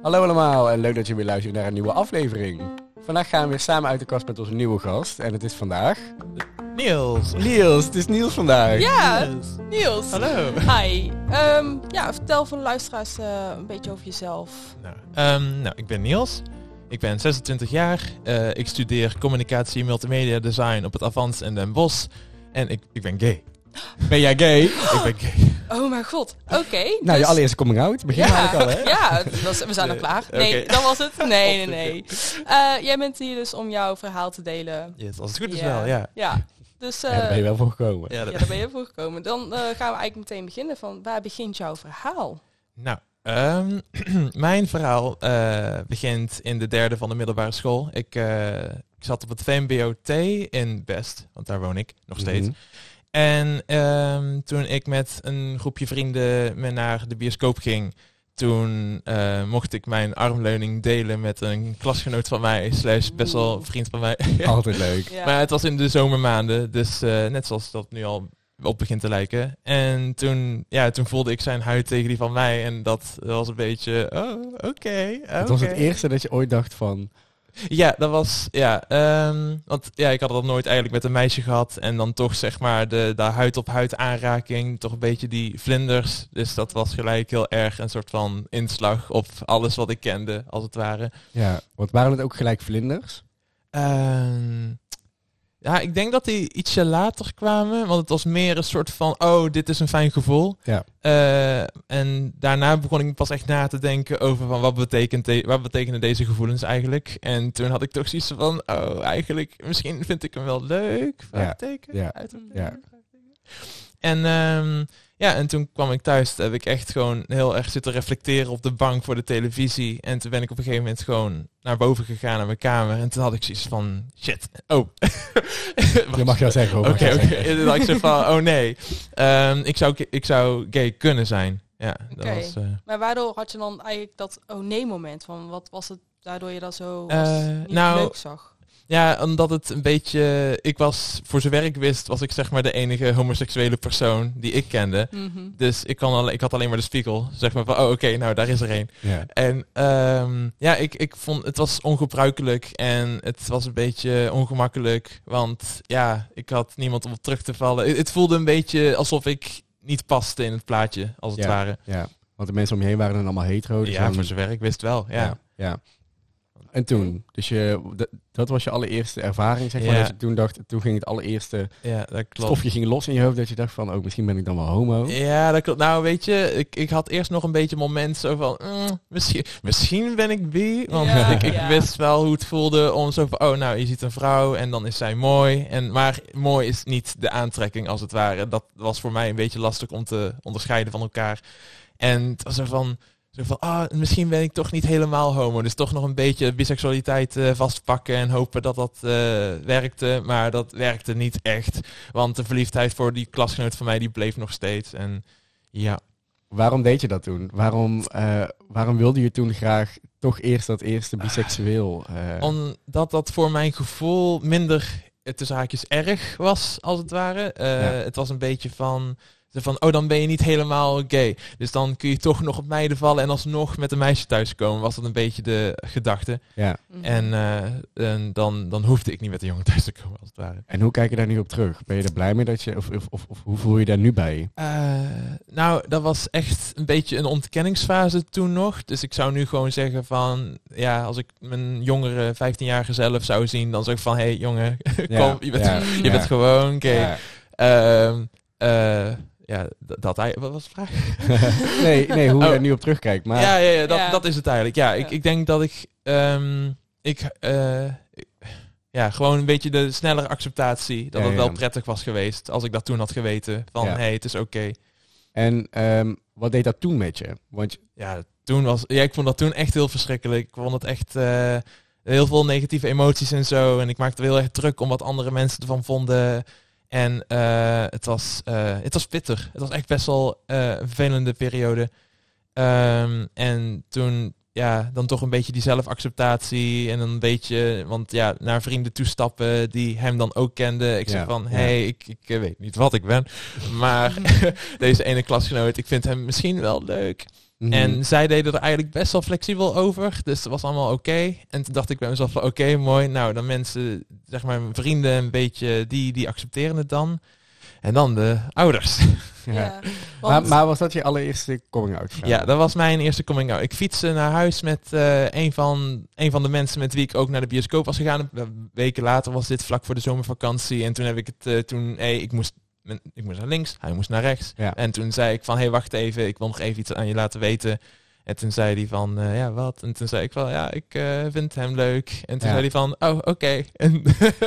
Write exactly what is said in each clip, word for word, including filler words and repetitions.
Hallo allemaal en leuk dat je weer luistert naar een nieuwe aflevering. Vandaag gaan we weer samen uit de kast met onze nieuwe gast. En het is vandaag... Niels. Niels, het is Niels vandaag. Ja, Niels. Hallo. Hi. Um, ja, vertel voor de luisteraars uh, een beetje over jezelf. Nou, um, nou, ik ben Niels. Ik ben zesentwintig jaar. Uh, ik studeer communicatie en multimedia design op het Avans in Den Bosch. En ik, ik ben gay. Ben jij gay? Ik ben gay. Oh mijn god. Oké. Okay, nou, dus... je allereerste coming out. Begin ja, eigenlijk al, hè? Ja, dat we zijn al klaar. Nee, okay. Dat was het. Nee, nee, nee. Uh, jij bent hier dus om jouw verhaal te delen. Yes, als het goed is ja. wel, ja. Ja. Dus, uh, ja, daar ben je wel voor gekomen. Ja, daar ben je voor gekomen. Dan uh, gaan we eigenlijk meteen beginnen van waar begint jouw verhaal? Nou, um, mijn verhaal uh, begint in de derde van de middelbare school. Ik, uh, ik zat op het V M B O T in Best, want daar woon ik nog steeds. Mm-hmm. En um, toen ik met een groepje vrienden me naar de bioscoop ging, toen uh, mocht ik mijn armleuning delen met een klasgenoot van mij, slash best wel vriend van mij. Altijd leuk. Ja. Maar het was in de zomermaanden, dus uh, net zoals dat nu al op begint te lijken. En toen, ja, toen voelde ik zijn huid tegen die van mij en dat was een beetje, oh, oké. Okay, okay. Het was het eerste dat je ooit dacht van... Ja, dat was, ja, um, want ja, ik had dat nooit eigenlijk met een meisje gehad en dan toch zeg maar de, de huid op huid aanraking, toch een beetje die vlinders, dus dat was gelijk heel erg een soort van inslag op alles wat ik kende, als het ware. Ja, want waren het ook gelijk vlinders? Um, ja, ik denk dat die ietsje later kwamen, want het was meer een soort van, oh, dit is een fijn gevoel. Ja. Uh, en daarna begon ik pas echt na te denken over van wat, betekent de, wat betekenen deze gevoelens eigenlijk. En toen had ik toch zoiets van, oh, eigenlijk, misschien vind ik hem wel leuk. Vraagteken. Ja. Uit een ja. En um, ja, en toen kwam ik thuis, heb ik echt gewoon heel erg zitten reflecteren op de bank voor de televisie. En toen ben ik op een gegeven moment gewoon naar boven gegaan naar mijn kamer. En toen had ik zoiets van, shit, oh. Je mag jou zeggen. Oké, oké. Okay. Toen had ik zo van, oh nee, um, ik, zou, ik zou gay kunnen zijn. Ja, okay. dat was, uh... Maar waardoor had je dan eigenlijk dat oh nee moment? Van wat was het daardoor je dat zo uh, niet nou, leuk zag? Ja, omdat het een beetje... Ik was, voor zover ik wist, was ik zeg maar de enige homoseksuele persoon die ik kende. Mm-hmm. Dus ik, kon al, ik had alleen maar de spiegel. Zeg maar van, oh oké, okay, nou daar is er een. Yeah. En um, ja, ik, ik vond, het was ongebruikelijk en het was een beetje ongemakkelijk. Want ja, ik had niemand om op terug te vallen. Het, het voelde een beetje alsof ik niet paste in het plaatje, als het ja, ware. Ja, want de mensen om je heen waren dan allemaal hetero. Dus ja, dan... voor zover ik wist wel, ja. ja, ja. En toen, dus je, dat, dat was je allereerste ervaring, zeg maar, ja. dat je toen dacht, toen ging het allereerste ja, dat klopt. stofje ging los in je hoofd, dat je dacht van, oh, misschien ben ik dan wel homo. Ja, dat klopt. Nou, weet je, ik, ik had eerst nog een beetje een moment zo van, mm, misschien, misschien ben ik bi, want ja, ik, ik ja. wist wel hoe het voelde om zo van, oh, nou, je ziet een vrouw en dan is zij mooi. En, maar mooi is niet de aantrekking, als het ware. Dat was voor mij een beetje lastig om te onderscheiden van elkaar. En het was er van... Zo van, ah, oh, misschien ben ik toch niet helemaal homo. Dus toch nog een beetje biseksualiteit uh, vastpakken en hopen dat dat uh, werkte. Maar dat werkte niet echt. Want de verliefdheid voor die klasgenoot van mij, die bleef nog steeds. En ja. Waarom deed je dat toen? Waarom, uh, waarom wilde je toen graag toch eerst dat eerste biseksueel? Uh... Omdat dat voor mijn gevoel minder tussen haakjes erg was, als het ware. Uh, ja. Het was een beetje van... Van, oh, dan ben je niet helemaal gay. Dus dan kun je toch nog op meiden vallen en alsnog met een meisje thuiskomen. Was dat een beetje de gedachte. Ja. Mm-hmm. En, uh, en dan, dan hoefde ik niet met een jongen thuis te komen, als het ware. En hoe kijk je daar nu op terug? Ben je er blij mee dat je, of, of, of, of hoe voel je daar nu bij? Uh, nou, dat was echt een beetje een ontkenningsfase toen nog. Dus ik zou nu gewoon zeggen van, ja, als ik mijn jongere vijftienjarige zelf zou zien, dan zou ik van, hé hey, jongen, kom, ja, je, bent, ja, je ja. bent gewoon gay. Ja. Uh, uh, Ja, d- dat hij... Wat was de vraag? nee, nee, hoe oh. je er nu op terugkijkt. Maar... Ja, ja, ja, dat, ja. dat is het eigenlijk. Ja, ja. Ik, ik denk dat ik... Um, ik uh, ja, gewoon een beetje de snellere acceptatie. Dat ja, het wel ja. prettig was geweest. Als ik dat toen had geweten. Van, hé, ja. hey, het is oké. Okay. En um, wat deed dat toen met je? Want... Ja, toen was... Ja, ik vond dat toen echt heel verschrikkelijk. Ik vond het echt... Uh, heel veel negatieve emoties en zo. En ik maakte heel erg druk om wat andere mensen ervan vonden... En uh, het, was, uh, het was pittig. Het was echt best wel uh, een vervelende periode. Um, en toen, ja, dan toch een beetje die zelfacceptatie. En een beetje, want ja, naar vrienden toestappen die hem dan ook kenden. Ik ja, zeg van, hé, hey, ja. ik, ik weet niet wat ik ben. Maar deze ene klasgenoot, ik vind hem misschien wel leuk. Mm. En zij deden er eigenlijk best wel flexibel over. Dus het was allemaal oké. Okay. En toen dacht ik bij mezelf van oké, okay, mooi. Nou, dan mensen, zeg maar mijn vrienden een beetje, die, die accepteren het dan. En dan de ouders. Ja. Ja, maar, maar was dat je allereerste coming-out verhaal? Ja, dat was mijn eerste coming-out. Ik fietste naar huis met uh, een, van, een van de mensen met wie ik ook naar de bioscoop was gegaan. Weken later was dit, vlak voor de zomervakantie. En toen heb ik het, uh, toen, hey, ik moest... Ik moest naar links, hij moest naar rechts. Ja. En toen zei ik van, hé, hey, wacht even, ik wil nog even iets aan je laten weten. En toen zei hij van, uh, ja, wat? En toen zei ik van, ja, ik uh, vind hem leuk. En toen ja. zei hij van, oh, oké. Okay. En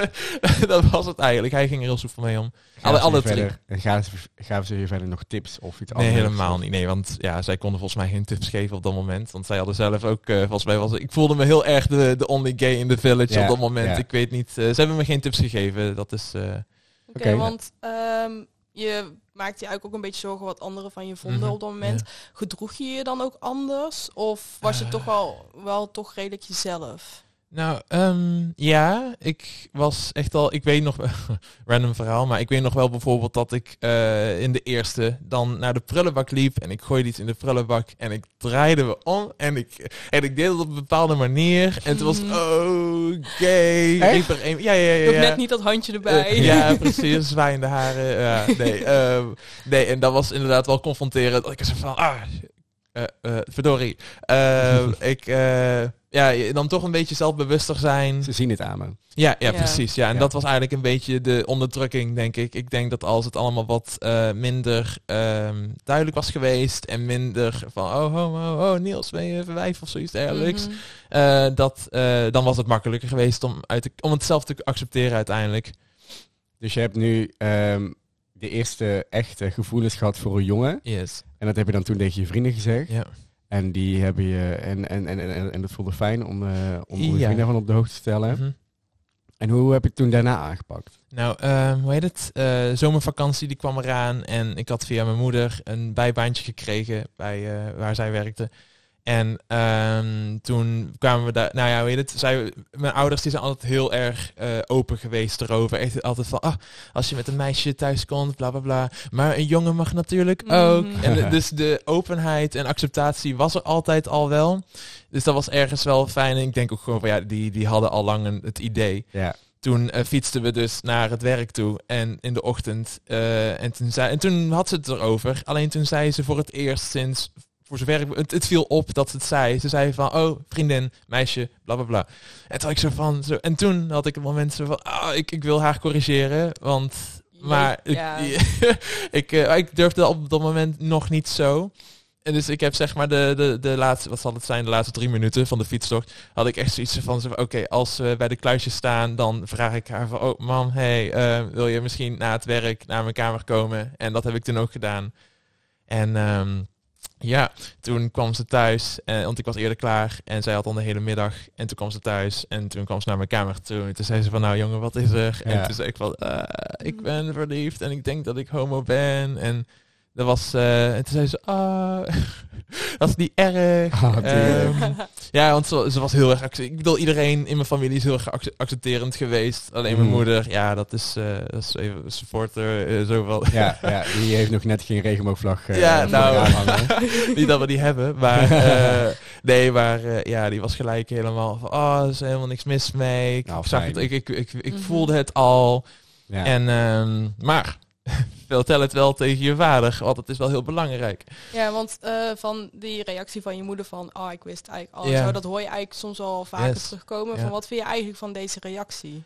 dat was het eigenlijk. Hij ging er heel soepel mee om. Alle, alle verder, en gaven ze, gaven ze je verder nog tips of iets nee, anders? Nee, helemaal of? niet. Nee, want ja, zij konden volgens mij geen tips geven op dat moment. Want zij hadden zelf ook, uh, volgens mij was ik voelde me heel erg de, de only gay in the village ja, op dat moment. Ja. Ik weet niet, uh, ze hebben me geen tips gegeven. Dat is... Uh, Oké, okay, okay, want... Um, je maakte je eigenlijk ook een beetje zorgen wat anderen van je vonden mm-hmm. op dat moment. Ja. Gedroeg je je dan ook anders? Of was je uh, toch wel, wel toch redelijk jezelf? Nou, um, ja, ik was echt al, ik weet nog, random verhaal, maar ik weet nog wel bijvoorbeeld dat ik uh, in de eerste dan naar de prullenbak liep en ik gooide iets in de prullenbak en ik draaide me om en ik, en ik deed het op een bepaalde manier en toen was het, oh, gay. Riep er een, ja, ja, ja. Nog net niet dat handje erbij. Uh, ja, precies, zwaaiende haren. Ja, nee, uh, nee, en dat was inderdaad wel confronterend. Dat ik zo van, ah, uh, uh, verdorie. Uh, ik... Uh, Ja, dan toch een beetje zelfbewuster zijn. Ze zien het aan me. Ja, ja, ja. precies. Ja. En ja. dat was eigenlijk een beetje de onderdrukking, denk ik. Ik denk dat als het allemaal wat uh, minder um, duidelijk was geweest en minder van, oh, homo, oh, Niels, ben je verwijf of zoiets dergelijks. Mm-hmm. Uh, dat, uh, dan was het makkelijker geweest om, uit de, om het zelf te accepteren uiteindelijk. Dus je hebt nu um, de eerste echte gevoelens gehad voor een jongen. Yes. En dat heb je dan toen tegen je vrienden gezegd. Ja. En die hebben je en, en, en, en, en dat voelde fijn om, uh, om ja. je vrienden van op de hoogte te stellen. Mm-hmm. En hoe heb je het toen daarna aangepakt? Nou, uh, hoe heet het? Uh, zomervakantie die kwam eraan en ik had via mijn moeder een bijbaantje gekregen bij uh, waar zij werkte. En um, toen kwamen we daar, nou ja, hoe heet het? Zij, mijn ouders die zijn altijd heel erg uh, open geweest erover. Echt altijd van, ah, als je met een meisje thuis komt, bla bla bla. Maar een jongen mag natuurlijk ook. Mm. En de, dus de openheid en acceptatie was er altijd al wel. Dus dat was ergens wel fijn. En ik denk ook gewoon van, ja, die, die hadden al lang een, het idee. Ja. Toen uh, fietsten we dus naar het werk toe en in de ochtend. Uh, en, toen zei, en toen had ze het erover. Alleen toen zei ze voor het eerst sinds... Voor zover ik, het, het viel op dat ze het zei. Ze zei van, oh, vriendin, meisje, bla bla bla. En toen ik zo van, zo, en toen had ik een moment zo van, oh, ik, ik wil haar corrigeren, want, maar ja. ik, ik, uh, ik durfde op dat moment nog niet zo. En dus ik heb zeg maar de, de, de laatste, wat zal het zijn, de laatste drie minuten van de fietstocht, had ik echt zoiets van, oké, okay, als we bij de kluisjes staan, dan vraag ik haar van, oh mam, hey, uh, wil je misschien na het werk naar mijn kamer komen? En dat heb ik toen ook gedaan. En... Um, Ja, toen kwam ze thuis, eh, want ik was eerder klaar en zij had al de hele middag. En toen kwam ze thuis en toen kwam ze naar mijn kamer toe. En toen zei ze van, nou jongen, wat is er? Ja. En toen zei ik van, uh, ik ben verliefd en ik denk dat ik homo ben. En dat was, uh, en toen zei ze, ah, oh, dat is niet erg. Oh, um, ja, want ze, ze was heel erg, ik bedoel, iedereen in mijn familie is heel erg accepterend geweest. Alleen mijn mm. moeder, ja, dat is, uh, dat is even een supporter, uh, zoveel. Ja, ja, die heeft nog net geen regenboogvlag. Uh, ja, nou, niet dat we die hebben, maar uh, nee, maar uh, ja, die was gelijk helemaal van, oh, er is helemaal niks mis mee. Ik, nou, zag het, ik, ik, ik, ik mm-hmm. voelde het al. Ja. En, um, maar... Vertel het wel tegen je vader, want het is wel heel belangrijk. Ja, want uh, van die reactie van je moeder van, oh, ik wist eigenlijk al, yeah. zo, dat hoor je eigenlijk soms wel vaker yes. terugkomen. Yeah. Van wat vind je eigenlijk van deze reactie?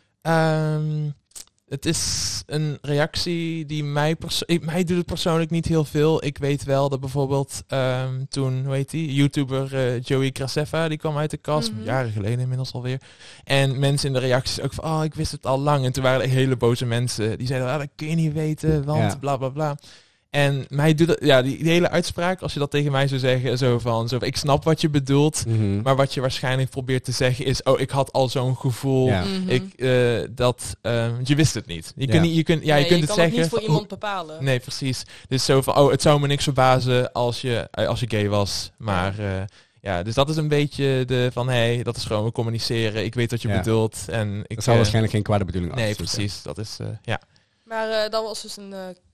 Um, het is een reactie die mij, perso- mij doet het persoonlijk niet heel veel. Ik weet wel dat bijvoorbeeld um, toen, hoe heet die, YouTuber uh, Joey Kraseva, die kwam uit de kast, mm-hmm. jaren geleden inmiddels alweer. En mensen in de reacties ook van, oh, ik wist het al lang. En toen waren er hele boze mensen die zeiden, ah, dat kun je niet weten, want ja. bla bla bla. En mij doet het, ja, die, die hele uitspraak, als je dat tegen mij zou zeggen, zo van, zo van ik snap wat je bedoelt, mm-hmm. maar wat je waarschijnlijk probeert te zeggen is, oh, ik had al zo'n gevoel, ja. mm-hmm. ik, uh, dat, uh, je wist het niet. Je ja. kunt niet, je kunt, ja, nee, je kunt je het kan zeggen. Het niet voor iemand bepalen. Nee, precies. Dus zo van, oh, het zou me niks verbazen als je, als je gay was, maar. Uh, Ja, dus dat is een beetje de van, hé, hey, dat is gewoon we communiceren. Ik weet wat je ja. bedoelt. En ik, dat zou uh, waarschijnlijk geen kwade bedoeling Nee, precies. Dat is, uh, ja. Maar uh, dat was dus een uh,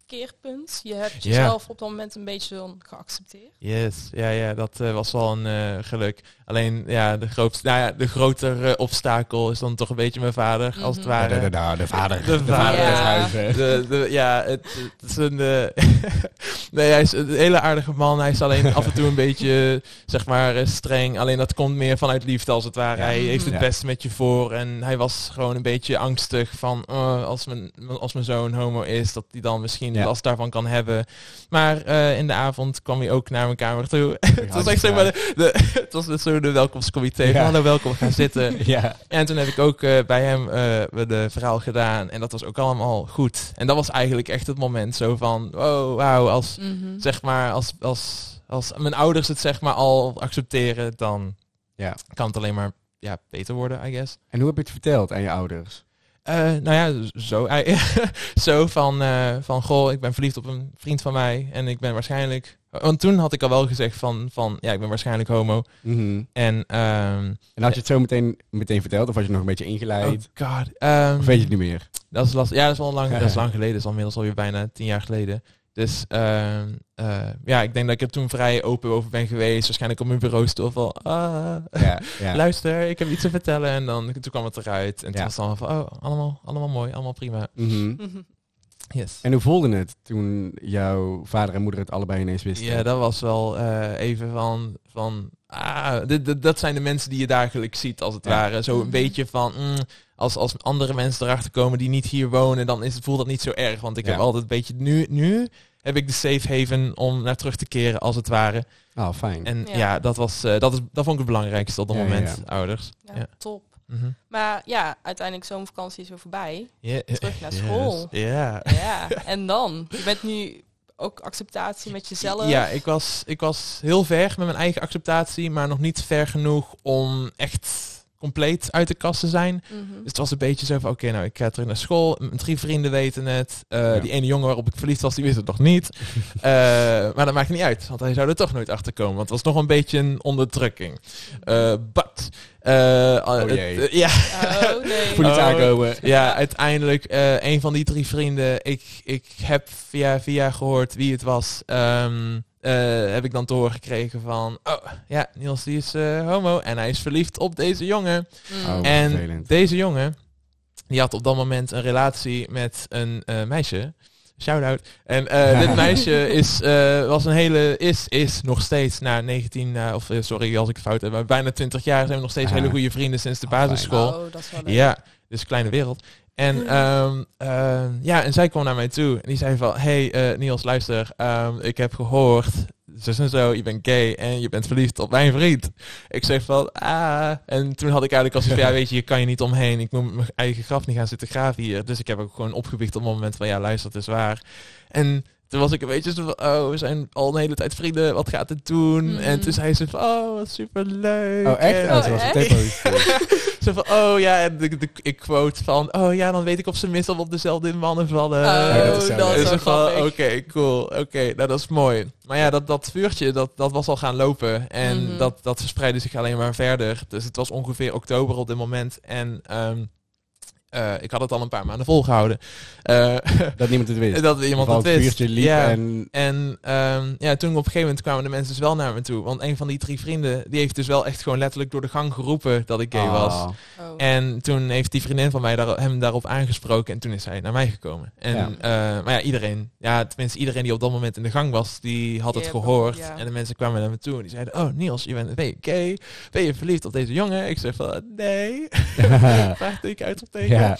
keerpunt? Je hebt jezelf yeah. op dat moment een beetje geaccepteerd. Yes, ja, ja, dat uh, was wel een uh, geluk. Alleen, ja, de, grootste, nou ja, de grotere obstakel is dan toch een beetje mijn vader, mm-hmm. als het ware. Ja, de, de, de vader. De, de vader ja. des huizes. De, de, ja, het, het is een... Uh, nee, hij is een hele aardige man. Hij is alleen af en toe een beetje, zeg maar, streng. Alleen dat komt meer vanuit liefde, als het ware. Ja. Hij heeft het ja. beste met je voor. En hij was gewoon een beetje angstig van, uh, als, mijn, als mijn zoon homo is, dat hij dan misschien ja. last daarvan kan hebben. Maar uh, in de avond kwam hij ook naar mijn kamer toe. Het was echt zeg maar de, de, het was dus zo de welkomstcomité. Ja. Hallo, welkom, gaan zitten. Ja. En toen heb ik ook uh, bij hem uh, de verhaal gedaan. En dat was ook allemaal goed. En dat was eigenlijk echt het moment zo van, oh, wauw, als mm-hmm. zeg maar, als, als, als mijn ouders het zeg maar al accepteren, dan ja. kan het alleen maar ja, beter worden, I guess. En hoe heb je het verteld aan je ouders? Uh, nou ja, zo, uh, zo van, uh, van, goh, ik ben verliefd op een vriend van mij en ik ben waarschijnlijk... Want toen had ik al wel gezegd van, van ja, ik ben waarschijnlijk homo. Mm-hmm. En, um, en had je het zo meteen, meteen verteld of was je nog een beetje ingeleid? Oh god. Um, of weet je het niet meer? Dat is lastig. Ja, dat is wel lang, dat is lang geleden. Dat is al inmiddels alweer bijna tien jaar geleden. Dus uh, uh, ja, ik denk dat ik er toen vrij open over ben geweest. Waarschijnlijk op mijn bureau stoel van, ah, ja, ja. luister, ik heb iets te vertellen. En dan toen kwam het eruit. En ja. toen was het dan van, oh, allemaal, allemaal mooi, allemaal prima. Mm-hmm. Mm-hmm. Yes. En hoe voelde het toen jouw vader en moeder het allebei ineens wisten? Ja, dat was wel uh, even van, van ah, dit, dit, dat zijn de mensen die je dagelijks ziet, als het ja. ware. Zo een beetje van, mm, als, als andere mensen erachter komen die niet hier wonen, dan is, voelt dat niet zo erg. Want ik ja. heb altijd een beetje, nu, nu heb ik de safe haven om naar terug te keren, als het ware. Oh, fijn. En ja, ja dat, was, uh, dat, is, dat vond ik het belangrijkste op dat ja, moment, ja, ja. ouders. Ja, ja. top. Mm-hmm. Maar ja, uiteindelijk zomervakantie is weer voorbij. Yeah. Terug naar school. Yes. Yeah. Ja, en dan? Je bent nu ook acceptatie met jezelf. Ja, ik was, ik was heel ver met mijn eigen acceptatie, maar nog niet ver genoeg om echt compleet uit de kast te zijn. Mm-hmm. Dus het was een beetje zo van, oké, okay, nou, ik ga terug naar school. Mijn drie vrienden weten het. Uh, ja. Die ene jongen waarop ik verliefd was, die wist het nog niet. uh, maar dat maakt niet uit, want hij zou er toch nooit achter komen. Want het was nog een beetje een onderdrukking. Uh, but... Uh, oh jee. Uh, ja. Oh nee. Voel je het aankomen. Ja, uiteindelijk uh, een van die drie vrienden. Ik, ik heb via via gehoord wie het was. Um, uh, heb ik dan te horen gekregen van, oh ja, Niels die is uh, homo en hij is verliefd op deze jongen. Mm. Oh, en vervelend. Deze jongen, die had op dat moment een relatie met een uh, meisje. Shout-out. En uh, dit meisje is, uh, was een hele, is, is nog steeds na negentien, uh, of uh, sorry als ik fout heb, maar bijna twintig jaar zijn we nog steeds hele goede vrienden sinds de basisschool. Oh, dat is wel leuk. Ja, dus kleine wereld. En um, uh, ja, en zij kwam naar mij toe en die zei van, hey uh, Niels, luister, um, ik heb gehoord, zus en zo, je bent gay en je bent verliefd op mijn vriend. Ik zeg van, ah. En toen had ik eigenlijk als van, ja, weet je, je kan je niet omheen. Ik moet mijn eigen graf niet gaan zitten graven hier. Dus ik heb ook gewoon opgebiecht op het moment van, ja, luister, het is waar. En toen was ik een beetje zo van, oh, we zijn al een hele tijd vrienden, wat gaat het doen? Mm. En toen zei ze van, oh, wat superleuk. Oh, echt? En, oh, ze was een tempo. Zo van, oh ja, en de, de, ik quote van, oh ja, dan weet ik of ze meestal op dezelfde mannen vallen. Oh, ja, dat is, dat is van, oké, okay, cool, oké, okay, nou dat is mooi. Maar ja, dat, dat vuurtje, dat, dat was al gaan lopen en mm-hmm. dat, dat verspreidde zich alleen maar verder. Dus het was ongeveer oktober op dit moment en... Um, Uh, ik had het al een paar maanden volgehouden. Uh, dat niemand het wist. Dat iemand het wist. Het liep ja. En, en um, ja, toen op een gegeven moment kwamen de mensen dus wel naar me toe. Want een van die drie vrienden, die heeft dus wel echt gewoon letterlijk door de gang geroepen dat ik gay oh. was. Oh. En toen heeft die vriendin van mij daar, hem daarop aangesproken en toen is hij naar mij gekomen. En, ja. Uh, maar ja, iedereen, ja, tenminste iedereen die op dat moment in de gang was, die had yeah, het gehoord. Yeah. En de mensen kwamen naar me toe en die zeiden, oh Niels, je bent, ben je gay? Ben je verliefd op deze jongen? Ik zeg van, nee. Vraagteken uitroepteken. Ja.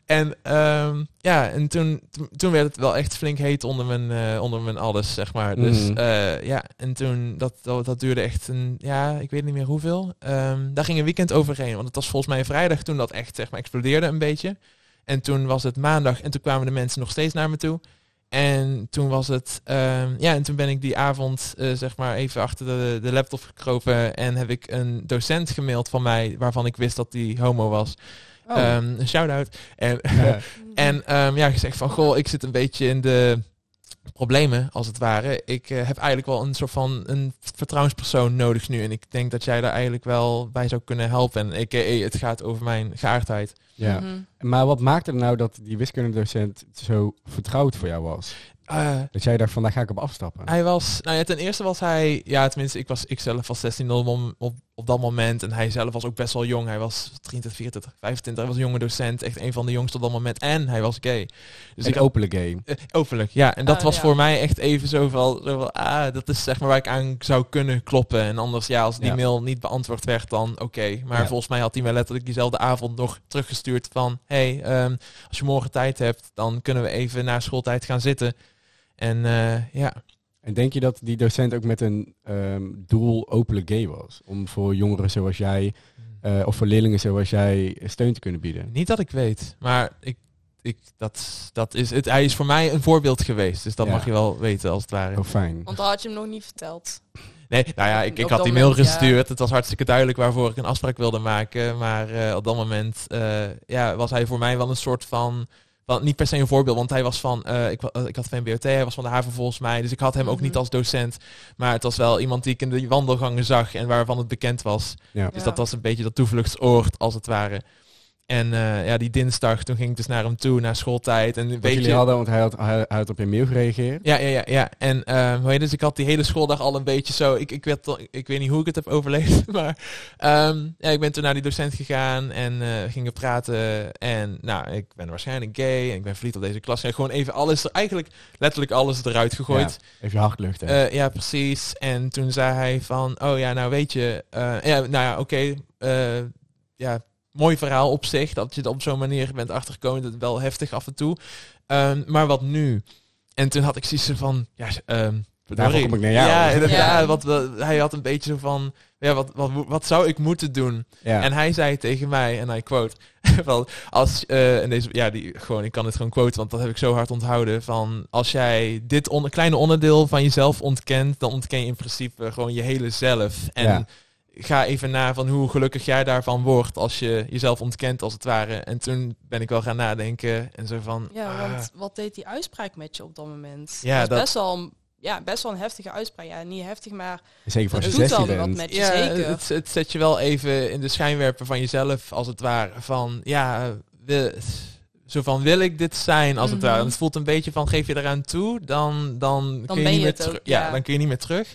En um, ja, en toen, toen werd het wel echt flink heet onder mijn, uh, onder mijn alles, zeg maar. Mm. Dus uh, ja, en toen, dat, dat, dat duurde echt een, ja, ik weet niet meer hoeveel. Um, daar ging een weekend overheen, want het was volgens mij vrijdag toen dat echt, zeg maar, explodeerde een beetje. En toen was het maandag en toen kwamen de mensen nog steeds naar me toe. En toen was het, um, ja, en toen ben ik die avond, uh, zeg maar, even achter de, de laptop gekropen en heb ik een docent gemaild van mij, waarvan ik wist dat die homo was. Oh. Um, een shout-out. En, ja. en um, ja, gezegd van, goh, ik zit een beetje in de problemen, als het ware. Ik uh, heb eigenlijk wel een soort van een vertrouwenspersoon nodig nu. En ik denk dat jij daar eigenlijk wel bij zou kunnen helpen. En ik, uh, het gaat over mijn geaardheid. Ja. Mm-hmm. Maar wat maakte er nou dat die wiskundedocent zo vertrouwd voor jou was? Uh, dat jij dacht van, daar ga ik op afstappen. Hij was, nou ja, ten eerste was hij, ja, tenminste, ik was, ik zelf was zestien op, op, op dat moment. En hij zelf was ook best wel jong. Hij was drieëntwintig, vierentwintig, vijfentwintig. Hij was een jonge docent, echt een van de jongsten op dat moment. En hij was gay. Dus en ik openlijk gay. Uh, openlijk, ja. En dat uh, was ja. voor mij echt even zoveel, zoveel, ah, dat is zeg maar waar ik aan zou kunnen kloppen. En anders, ja, als die ja. mail niet beantwoord werd, dan oké. Okay. Maar ja. volgens mij had hij mij letterlijk diezelfde avond nog teruggestuurd van, hey, um, als je morgen tijd hebt, dan kunnen we even na schooltijd gaan zitten. En uh, ja. En denk je dat die docent ook met een um, doel openlijk gay was? Om voor jongeren zoals jij, uh, of voor leerlingen zoals jij, steun te kunnen bieden? Niet dat ik weet, maar ik, ik, dat, dat is het, hij is voor mij een voorbeeld geweest. Dus dat ja. mag je wel weten, als het ware. Oh, fijn. Want dan had je hem nog niet verteld. Nee, nou ja, ik, ik had die mail gestuurd. Ja. Het was hartstikke duidelijk waarvoor ik een afspraak wilde maken. Maar uh, op dat moment uh, ja, was hij voor mij wel een soort van... Wel, niet per se een voorbeeld, want hij was van, uh, ik, uh, ik had V M B O T, hij was van de haven volgens mij, dus ik had hem mm-hmm. ook niet als docent, maar het was wel iemand die ik in de wandelgangen zag en waarvan het bekend was. Ja. Dus ja. dat was een beetje dat toevluchtsoord, als het ware. En uh, ja, die dinsdag, toen ging ik dus naar hem toe, naar schooltijd. En Wat jullie hadden, want hij had, hij had op je mail gereageerd. Ja, ja, ja. ja. En uh, hoe heet, dus ik had die hele schooldag al een beetje zo... Ik, ik, weet, ik weet niet hoe ik het heb overleefd, maar... Um, ja, ik ben toen naar die docent gegaan en uh, gingen praten. En nou, ik ben waarschijnlijk gay en ik ben verliefd op deze klas. En gewoon even alles, eigenlijk letterlijk alles eruit gegooid. Ja, even je hartlucht, hè? Uh, ja, precies. En toen zei hij van, oh ja, nou weet je... Uh, ja, nou ja, oké, okay, uh, ja... Mooi verhaal op zich, dat je op zo'n manier bent achtergekomen. Dat is wel heftig af en toe. Um, maar wat nu? En toen had ik zoiets van... Ja, um, Daarvoor kom ik naar jou. Ja, inderdaad. Ja. Wat, wat, hij had een beetje zo van... Ja, wat, wat, wat zou ik moeten doen? Ja. En hij zei tegen mij, en I quote... van, als, uh, en deze, ja, die, gewoon, ik kan het gewoon quoten, want dat heb ik zo hard onthouden. Van, als jij dit on, kleine onderdeel van jezelf ontkent... dan ontken je in principe gewoon je hele zelf. En... Ja. Ga even na van hoe gelukkig jij daarvan wordt als je jezelf ontkent, als het ware. En toen ben ik wel gaan nadenken en zo van... Ja, want ah. wat deed die uitspraak met je op dat moment? Ja, dat dat is best wel, ja, best wel een heftige uitspraak. Ja, niet heftig, maar zeker voor het doet wel wat met je, ja, zeker. Het, het zet je wel even in de schijnwerper van jezelf, als het ware. Van, ja, wil, zo van, wil ik dit zijn, als mm-hmm. het ware. En het voelt een beetje van, geef je eraan toe, dan, dan, dan kun je ben niet je meer terug. Ja, ja, dan kun je niet meer terug.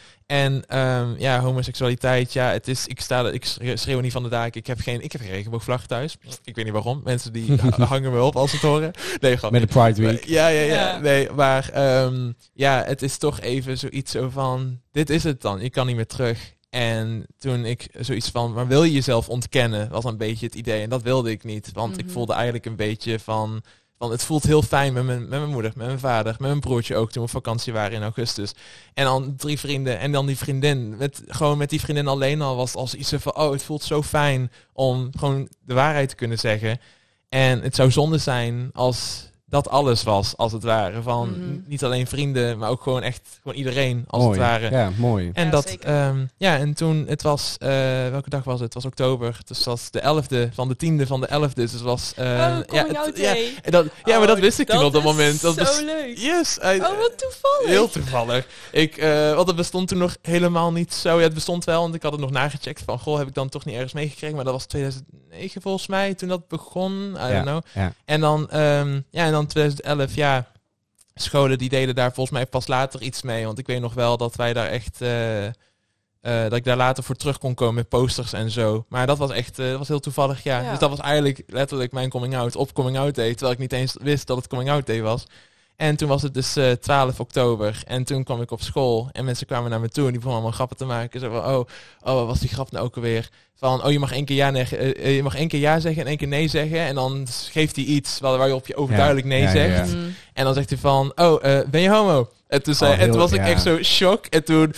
En um, ja, homoseksualiteit, ja, het is, ik sta, ik schreeuw niet van de daken. Ik heb geen, ik heb geen regenboogvlag thuis. Ik weet niet waarom. Mensen die hangen me op als ze het horen. Nee, gewoon. Met de Pride Week. Ja, ja, ja. ja. Nee, maar um, ja, het is toch even zoiets zo van, dit is het dan. Je kan niet meer terug. En toen ik zoiets van, maar wil je jezelf ontkennen? Was een beetje het idee. En dat wilde ik niet. Want mm-hmm. ik voelde eigenlijk een beetje van... Want het voelt heel fijn met mijn, met mijn moeder, met mijn vader, met mijn broertje ook toen we op vakantie waren in augustus. En dan drie vrienden en dan die vriendin. Met, gewoon met die vriendin alleen al was het als iets van, oh, het voelt zo fijn om gewoon de waarheid te kunnen zeggen. En het zou zonde zijn als dat alles was, als het ware. Van mm-hmm. niet alleen vrienden, maar ook gewoon echt gewoon iedereen, als mooi. het ware. Ja, mooi. En ja, dat, um, ja, en toen, het was, uh, welke dag was het? Het was oktober. Dus het was de elfde van de tiende van de elfde. Dus het was... Uh, oh, ja, het, ja, en dat, ja, oh, maar dat wist ik toen op dat moment. Dat zo was leuk. Yes. I, oh, wat toevallig. Heel toevallig. Ik, uh, want het bestond toen nog helemaal niet zo. Ja, het bestond wel, want ik had het nog nagecheckt van, goh, heb ik dan toch niet ergens meegekregen? Maar dat was tweeduizend negen volgens mij, toen dat begon. I ja, don't know. Ja. En dan, um, ja, en dan twintig elf, ja, scholen die deden daar volgens mij pas later iets mee. Want ik weet nog wel dat wij daar echt... Uh, uh, dat ik daar later voor terug kon komen met posters en zo. Maar dat was echt, uh, dat was heel toevallig, ja. ja. Dus dat was eigenlijk letterlijk mijn coming out op coming out day. Terwijl ik niet eens wist dat het coming out day was. En toen was het dus uh, twaalf oktober. En toen kwam ik op school. En mensen kwamen naar me toe. En die begonnen allemaal grappen te maken. Zo van, oh, oh, wat was die grap nou ook alweer? Van, oh, je mag één keer ja, nee, uh, je mag één keer ja zeggen en één keer nee zeggen. En dan geeft hij iets waar, waar je op je overduidelijk nee ja, zegt. Ja, ja. Mm. En dan zegt hij van, oh, uh, ben je homo? En toen, zei, oh, heel, en toen was ik ja. echt zo shock. En toen...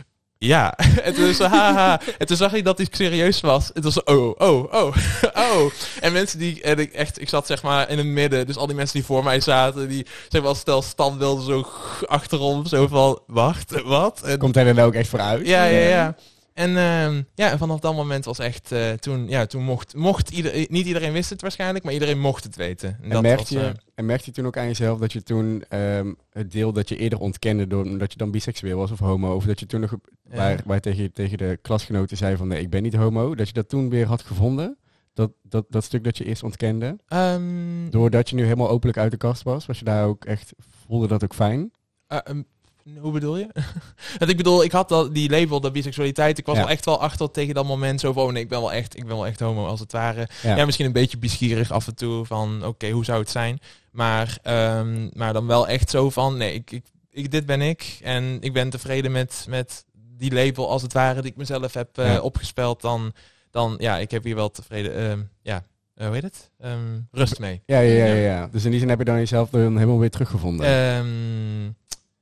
Ja, en toen, zo, haha. En toen zag ik dat hij serieus was. En toen was oh, oh, oh, oh. En mensen die, en ik echt, ik zat zeg maar in het midden. Dus al die mensen die voor mij zaten, die zeg maar stel stand wilden zo achterom. Zo van, wacht, wat? En, komt hij er nou ook echt voor uit? Ja, ja, ja. En uh, ja, en vanaf dat moment was echt, uh, toen, ja, toen mocht, mocht ieder, niet iedereen wist het waarschijnlijk, maar iedereen mocht het weten. En, en, dat merkte, was, je, uh, en merkte je toen ook aan jezelf dat je toen um, het deel dat je eerder ontkende, doordat je dan biseksueel was of homo, of dat je toen nog, ja. waar, waar tegen, tegen de klasgenoten zei van nee, ik ben niet homo, dat je dat toen weer had gevonden? Dat, dat, dat stuk dat je eerst ontkende? Um, Doordat je nu helemaal openlijk uit de kast was, was je daar ook echt, voelde dat ook fijn? Uh, um, hoe bedoel je? Want ik bedoel, ik had dat, die label, de biseksualiteit. Ik was ja. wel echt wel achter tegen dat moment zo van, oh nee, ik ben wel echt, ik ben wel echt homo als het ware. Ja, ja misschien een beetje biesgierig af en toe van, oké, okay, hoe zou het zijn? Maar, um, maar dan wel echt zo van, nee, ik, ik, ik, dit ben ik. En ik ben tevreden met, met die label als het ware die ik mezelf heb uh, ja. opgespeld. Dan, dan, ja, ik heb hier wel tevreden, um, ja, uh, hoe heet het? Um, rust mee. Ja, ja, ja, ja, ja. Dus in die zin heb je dan jezelf dan helemaal weer teruggevonden. Um,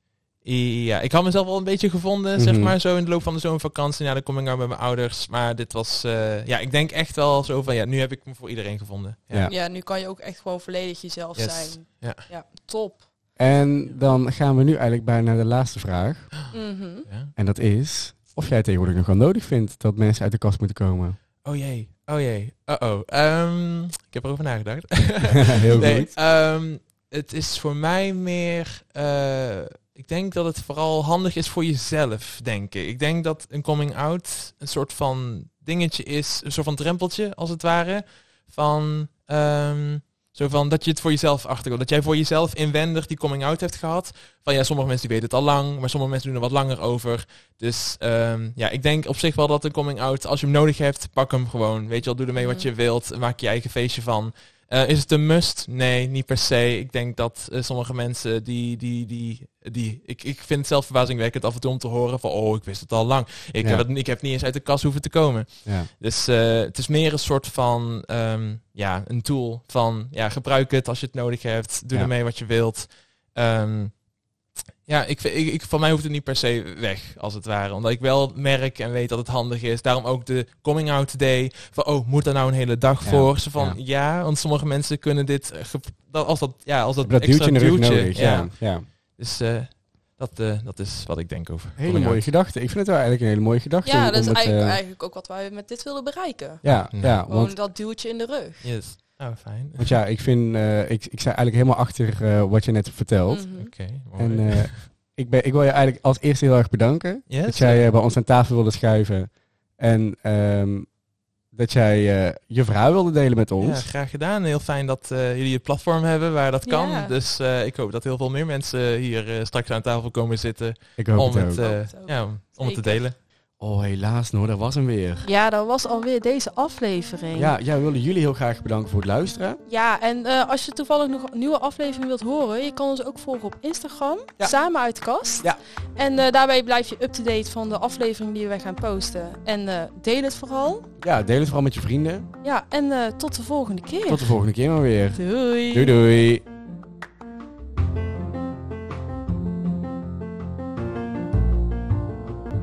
Ja, ik had mezelf wel een beetje gevonden, mm-hmm. zeg maar, zo in de loop van de zomervakantie. Ja, dan kom ik nou met mijn ouders. Maar dit was, uh, ja, ik denk echt wel zo van, ja, nu heb ik me voor iedereen gevonden. Ja, ja. ja nu kan je ook echt gewoon volledig jezelf yes. zijn. Ja. ja, top. En dan gaan we nu eigenlijk bijna naar de laatste vraag. Mm-hmm. Ja. En dat is, of jij tegenwoordig nog wel nodig vindt dat mensen uit de kast moeten komen. Oh jee, oh jee, uh-oh. Um, ik heb erover nagedacht. Heel nee, goed. Um, het is voor mij meer... Uh, Ik denk dat het vooral handig is voor jezelf, denk ik. Ik denk dat een coming out een soort van dingetje is, een soort van drempeltje, als het ware. Van, um, zo van dat je het voor jezelf achterkomt. Dat jij voor jezelf inwendig die coming out hebt gehad. Van ja, sommige mensen die weten het al lang, maar sommige mensen doen er wat langer over. Dus um, ja, ik denk op zich wel dat een coming out, als je hem nodig hebt, pak hem gewoon. Weet je wel, doe ermee wat je wilt, maak je eigen feestje van. Uh, is het een must? Nee, niet per se. Ik denk dat uh, sommige mensen die, die, die, die ik, ik vind het zelf verbazingwekkend af en toe om te horen van, oh, ik wist het al lang. Ik, ja. heb, het, ik heb niet eens uit de kast hoeven te komen. Ja. Dus uh, het is meer een soort van, um, ja, een tool van, ja, gebruik het als je het nodig hebt. Doe ja. ermee wat je wilt. Um, Ja, ik, ik, ik, van mij hoeft het niet per se weg, als het ware. Omdat ik wel merk en weet dat het handig is. Daarom ook de coming out day. Van, oh, moet daar nou een hele dag ja, voor? Zo van, ja. ja, want sommige mensen kunnen dit... Ge, als dat, ja, als dat, dat extra duwtje, duwtje nodig, ja. Ja. ja. Dus uh, dat, uh, dat is wat ik denk over. Hele mooie gedachte. Ik vind het wel eigenlijk een hele mooie gedachte. Ja, dat is het, eigenlijk, uh, eigenlijk ook wat wij met dit wilden bereiken. Ja, nee. ja. Gewoon want, dat duwtje in de rug. Yes. Oh, fijn. Want ja, ik vind... Uh, ik, ik sta eigenlijk helemaal achter uh, wat je net vertelt. Mm-hmm. Oké, okay, En... Uh, Ik, ben, ik wil je eigenlijk als eerste heel erg bedanken. Yes, dat jij uh, bij ons aan tafel wilde schuiven. En um, dat jij uh, je verhaal wilde delen met ons. Ja, graag gedaan. Heel fijn dat uh, jullie een platform hebben waar dat kan. Ja. Dus uh, ik hoop dat heel veel meer mensen hier uh, straks aan tafel komen zitten. Ik hoop om het, het, ook. Uh, hoop het ook. Ja, om, om het te delen. Oh, helaas Noor, dat was hem weer. Ja, dat was alweer deze aflevering. Ja, ja, we willen jullie heel graag bedanken voor het luisteren. Ja, en uh, als je toevallig nog een nieuwe aflevering wilt horen, je kan ons ook volgen op Instagram, ja. Samen uit de Kast. Ja. En uh, daarbij blijf je up-to-date van de aflevering die wij gaan posten. En uh, deel het vooral. Ja, deel het vooral met je vrienden. Ja, en uh, tot de volgende keer. Tot de volgende keer maar weer. Doei. Doei doei.